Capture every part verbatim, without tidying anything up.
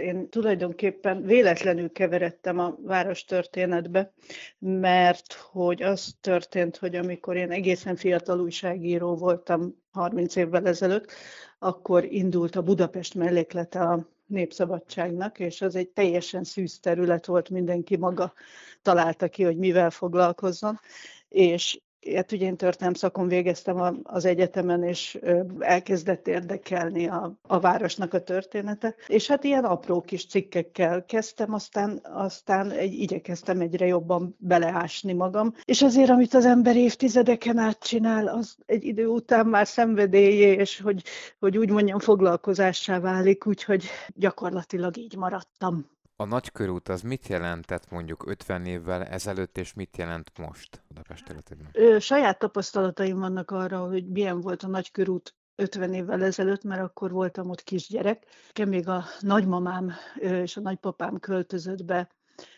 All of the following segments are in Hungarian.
én tulajdonképpen véletlenül keveredtem a várostörténetbe, mert hogy az történt, hogy amikor én egészen fiatal újságíró voltam harminc évvel ezelőtt, akkor indult a Budapest melléklete a Népszabadságnak, és az egy teljesen szűz terület volt, mindenki maga találta ki, hogy mivel foglalkozzon, és hát ugye én történelem szakon végeztem a, az egyetemen, és ö, elkezdett érdekelni a, a városnak a története, és hát ilyen apró kis cikkekkel kezdtem, aztán, aztán egy, igyekeztem egyre jobban beleásni magam, és azért, amit az ember évtizedeken át csinál, az egy idő után már szenvedélyé, és hogy, hogy úgy mondjam, foglalkozássá válik, úgyhogy gyakorlatilag így maradtam. A nagykörút az mit jelentett mondjuk ötven évvel ezelőtt, és mit jelent most Budapest területében? Ö, saját tapasztalataim vannak arra, hogy milyen volt a nagykörút ötven évvel ezelőtt, mert akkor voltam ott kisgyerek. Nekem még a nagymamám ö, és a nagypapám költözött be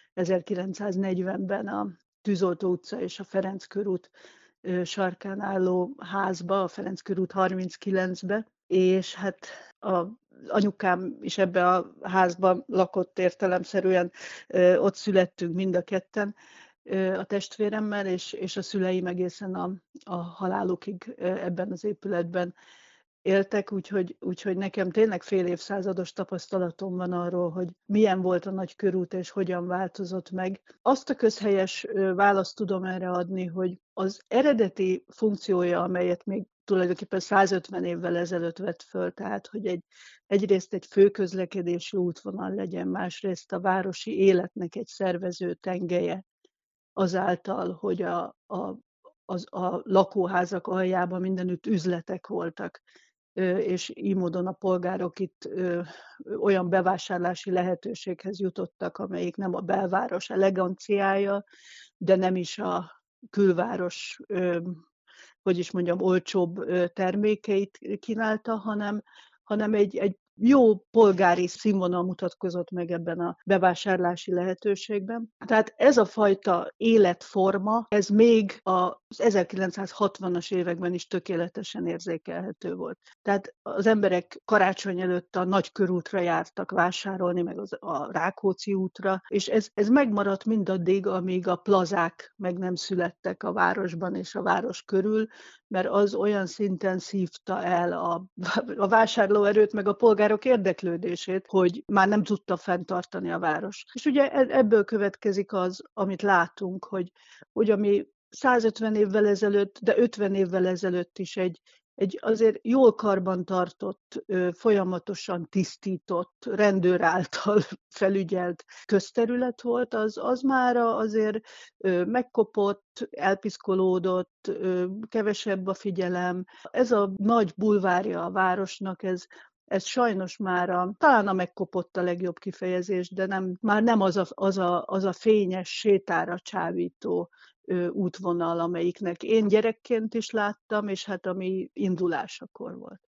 ezerkilencszáznegyvenben a Tűzoltó utca és a Ferenc körút ö, sarkán álló házba, a Ferenc körút harminckilencbe, és hát a anyukám is ebbe a házban lakott értelemszerűen, ö, ott születtünk mind a ketten, a testvéremmel, és, és a szüleim egészen a, a halálukig ebben az épületben éltek, úgyhogy, úgyhogy nekem tényleg fél évszázados tapasztalatom van arról, hogy milyen volt a nagykörút, és hogyan változott meg. Azt a közhelyes választ tudom erre adni, hogy az eredeti funkciója, amelyet még tulajdonképpen százötven évvel ezelőtt vett föl, tehát hogy egy, egyrészt egy főközlekedési útvonal legyen, másrészt a városi életnek egy szervező tengelye, azáltal, hogy a, a, az, a lakóházak aljában mindenütt üzletek voltak, és így módon a polgárok itt olyan bevásárlási lehetőséghez jutottak, amelyik nem a belváros eleganciája, de nem is a külváros, hogy is mondjam, olcsóbb termékeit kínálta, hanem, hanem egy, egy jó polgári színvonal mutatkozott meg ebben a bevásárlási lehetőségben. Tehát ez a fajta életforma, ez még az ezerkilencszázhatvanas években is tökéletesen érzékelhető volt. Tehát az emberek karácsony előtt a Nagykörútra jártak vásárolni, meg az, a Rákóczi útra, és ez, ez megmaradt mindaddig, amíg a plazák meg nem születtek a városban és a város körül, mert az olyan szinten szívta el a, a vásárlóerőt, meg a polgárok érdeklődését, hogy már nem tudta fenntartani a város. És ugye ebből következik az, amit látunk, hogy, hogy ami százötven évvel ezelőtt, de ötven évvel ezelőtt is egy, egy azért jól karbantartott, folyamatosan tisztított, rendőr által felügyelt közterület volt, az, az mára azért megkopott, elpiszkolódott, kevesebb a figyelem. Ez a nagy bulvárja a városnak, ez, ez sajnos már a, talán a megkopott a legjobb kifejezés, de nem, már nem az a, az, a, az a fényes sétára csábító útvonal, amelyiknek én gyerekként is láttam, és hát ami indulásakor volt.